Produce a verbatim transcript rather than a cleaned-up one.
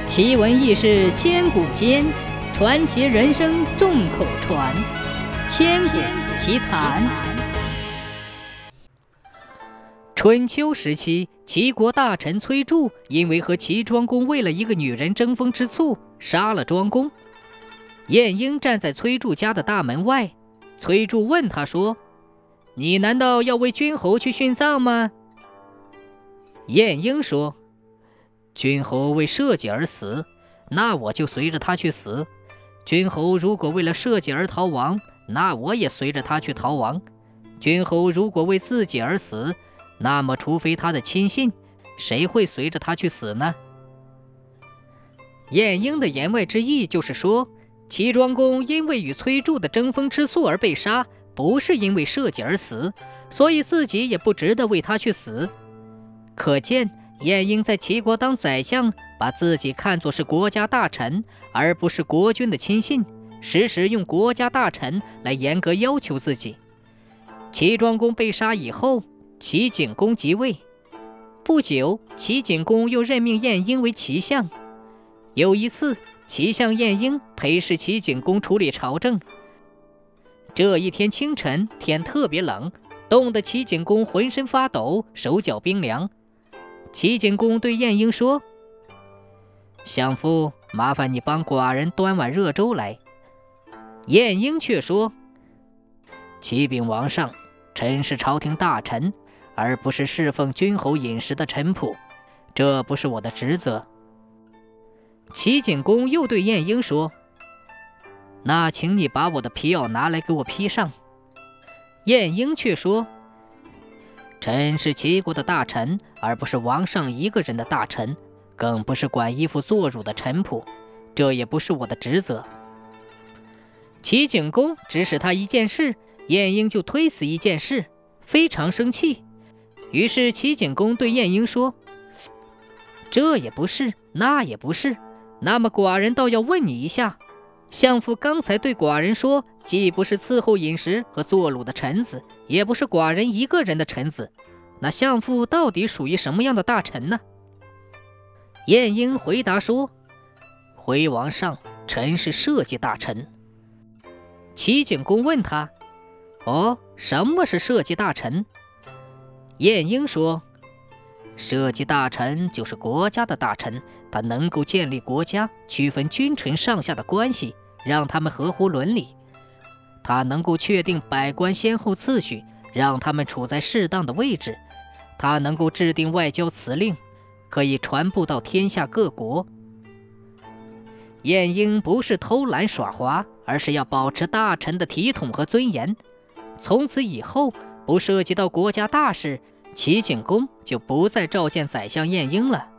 奇闻异事千古间，传奇人生众口传。千古奇谈。春秋时期，齐国大臣崔杼因为和齐庄公为了一个女人争风吃醋，杀了庄公。晏婴站在崔杼家的大门外，崔杼问他说：“你难道要为君侯去殉葬吗？”晏婴说：“君侯为社稷而死，那我就随着他去死；君侯如果为了社稷而逃亡，那我也随着他去逃亡。君侯如果为自己而死，那么除非他的亲信，谁会随着他去死呢？”晏婴的言外之意就是说，齐庄公因为与崔杼的争风吃醋而被杀，不是因为社稷而死，所以自己也不值得为他去死。可见晏婴在齐国当宰相，把自己看作是国家大臣，而不是国君的亲信，时时用国家大臣来严格要求自己。齐庄公被杀以后，齐景公即位。不久，齐景公又任命晏婴为齐相。有一次，齐相晏婴陪侍齐景公处理朝政。这一天清晨，天特别冷，冻得齐景公浑身发抖，手脚冰凉。齐景公对晏婴说：“相夫，麻烦你帮寡人端碗热粥来。”晏婴却说：“启禀王上，臣是朝廷大臣，而不是侍奉君侯饮食的臣仆，这不是我的职责。”齐景公又对晏婴说：“那请你把我的皮袄拿来给我披上。”晏婴却说：“臣是齐国的大臣，而不是王上一个人的大臣，更不是管衣服做乳的臣仆，这也不是我的职责。”齐景公指使他一件事，晏婴就推辞一件事，非常生气。于是齐景公对晏婴说：“这也不是，那也不是，那么寡人倒要问你一下，相父刚才对寡人说，既不是伺候饮食和做乳的臣子，也不是寡人一个人的臣子，那相父到底属于什么样的大臣呢？”晏婴回答说：“回王上，臣是社稷大臣。”齐景公问他：“哦，什么是社稷大臣？”晏婴说：“社稷大臣就是国家的大臣，他能够建立国家，区分君臣上下的关系，让他们合乎伦理。他能够确定百官先后次序，让他们处在适当的位置。他能够制定外交辞令，可以传布到天下各国。”晏婴不是偷懒耍滑，而是要保持大臣的体统和尊严。从此以后，不涉及到国家大事，齐景公就不再召见宰相晏婴了。